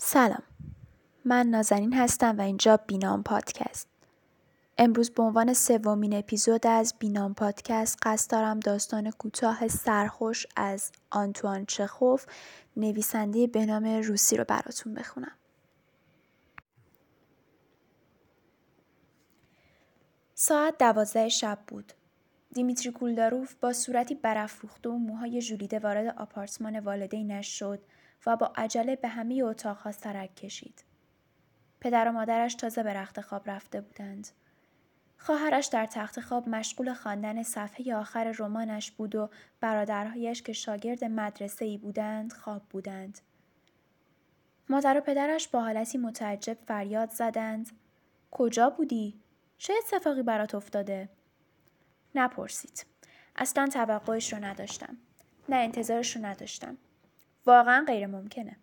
سلام، من نازنین هستم و اینجا بینام پادکست. امروز به عنوان سومین اپیزود از بینام پادکست قصد دارم داستان کوتاه سرخوش از آنتوان چخوف، نویسنده به نام روسی رو براتون بخونم. ساعت 12 شب بود. دیمیتری کولداروف با صورتی برافروخته و موهای ژولیده وارد آپارتمان والدینش شد و با عجله به همه اتاق‌ها سرک کشید. پدر و مادرش تازه به رخت خواب رفته بودند. خواهرش در تخت خواب مشغول خواندن صفحه آخر رمانش بود و برادرهایش که شاگرد مدرسه‌ای بودند خواب بودند. مادر و پدرش با حالتی متعجب فریاد زدند: کجا بودی؟ چه اتفاقی برات افتاده؟ نپرسید. اصلا توقعش رو نداشتم. نه انتظارش رو نداشتم. واقعا غیر ممکنه.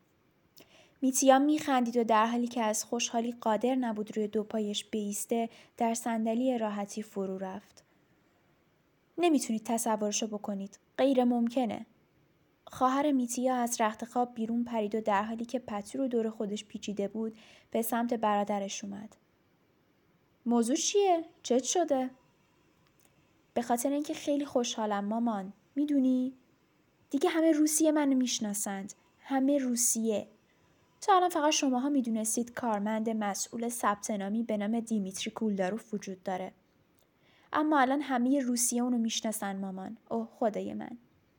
میتیا میخندید و در حالی که از خوشحالی قادر نبود روی دو پایش بایسته در صندلی راحتی فرو رفت. نمیتونید تصورشو بکنید. غیر ممکنه. خواهر میتیا از رخت خواب بیرون پرید و در حالی که پتو رو دور خودش پیچیده بود به سمت برادرش اومد. موضوع چیه؟ چت شده؟ به خاطر اینکه خیلی خوشحالم مامان. میدونی؟ دیگه همه روسیه منو میشناسند. همه روسیه. تا الان فقط شماها میدونستید کارمند مسئول ثبت نامی به نام دیمیتری کولداروف وجود داره. اما الان همه روسیه اونو میشناسن مامان. اوه خدای من.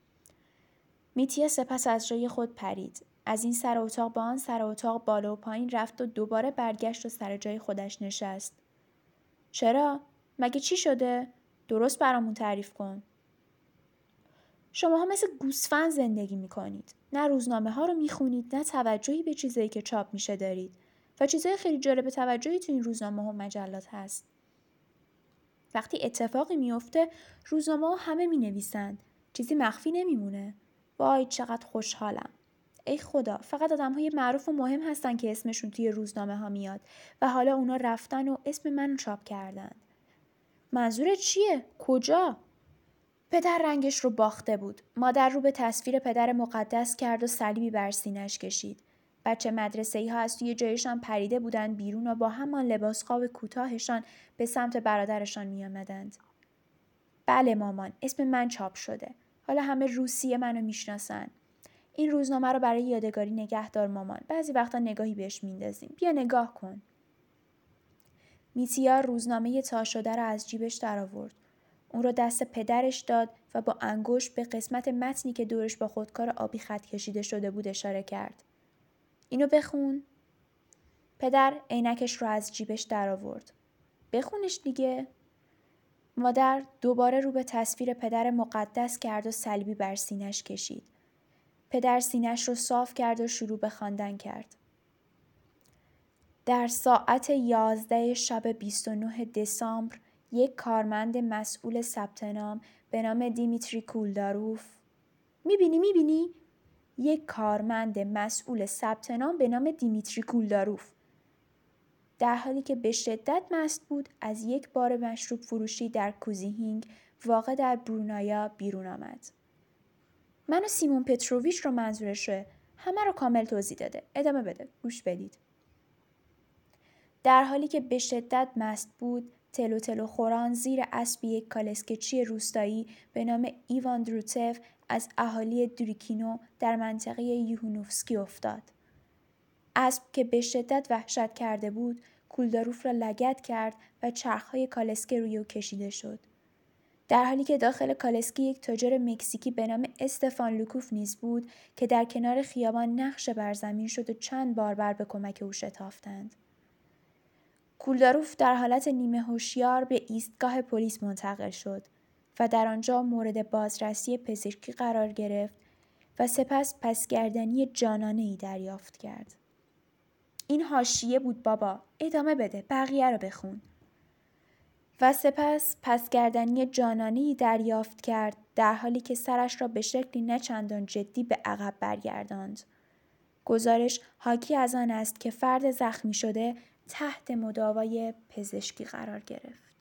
میتیا سپس از جای خود پرید. از این سر اتاق به آن سر اتاق بالا و پایین رفت و دوباره برگشت و سر جای خودش نشست. چرا؟ مگه چی شده؟ درست برامون تعریف کن. شماها مثل گوسفند زندگی میکنید. نه روزنامه ها رو میخونید، نه توجهی به چیزایی که چاپ میشه دارید. و چیزای خیلی جالب توجهی تو این روزنامه ها و مجلات هست. وقتی اتفاقی میفته، روزنامه ها همه مینویسند. چیزی مخفی نمیمونه. وای چقدر خوشحالم. ای خدا، فقط آدم‌های معروف و مهم هستن که اسمشون توی روزنامه ها میاد و حالا اونا رفتن و اسم منو چاپ کردن. منظورت چیه؟ کجا؟ پدر رنگش رو باخته بود. مادر رو به تصویر پدر مقدس کرد و صلیبی بر سینه‌اش کشید. بچه مدرسه‌ای ها از توی جایشان پریده بودند بیرون و با همان لباس خواب کوتاهشان به سمت برادرشان می آمدند. بله مامان، اسم من چاپ شده. حالا همه روسیه منو میشناسن. این روزنامه رو برای یادگاری نگه دار مامان. بعضی وقتا نگاهی بهش میندازیم. بیا نگاه کن. میتیا روزنامه تا شده رو از جیبش درآورد. اون رو دست پدرش داد و با انگشت به قسمت متنی که دورش با خودکار آبی خط کشیده شده بود اشاره کرد. اینو بخون. پدر عینکش رو از جیبش درآورد. بخونش دیگه. مادر دوباره رو به تصویر پدر مقدس کرد و صلیبی بر سینه‌اش کشید. پدر سینه‌اش رو صاف کرد و شروع به خواندن کرد. در ساعت 11 شب 29 دسامبر یک کارمند مسئول ثبت نام به نام دیمیتری کولداروف میبینی؟ یک کارمند مسئول ثبت نام به نام دیمیتری کولداروف در حالی که به شدت مست بود از یک بار مشروب فروشی در کوزیهینگ واقع در برونایا بیرون آمد. من و سیمون پتروویچ رو منظورشه. همه رو کامل توضیح داده. ادامه بده. گوش بدید. در حالی که به شدت مست بود، تلو خوران زیر اسب یک کالسکه‌چی روستایی به نام ایوان دروتف از اهالی دوریکینو در منطقه یوهانوفسکی افتاد. اسب که به شدت وحشت کرده بود، کولداروف را لگد کرد و چرخهای کالسکه روی او کشیده شد. در حالی که داخل کالسکه یک تاجر مکزیکی به نام استفان لوکوف نیز بود که در کنار خیابان نقش بر زمین شد و چند باربر به کمک او شتافتند. کولداروف در حالت نیمه هوشیار به ایستگاه پلیس منتقل شد و در آنجا مورد بازرسی پزشکی قرار گرفت و سپس پسگردنی جانانه‌ای دریافت کرد. این حاشیه بود بابا. ادامه بده. بقیه رو بخون. و سپس پسگردنی جانانه‌ای دریافت کرد در حالی که سرش را به شکلی نه چندان جدی به عقب برگرداند. گزارش حاکی از آن است که فرد زخمی شده تحت مداوای پزشکی قرار گرفت.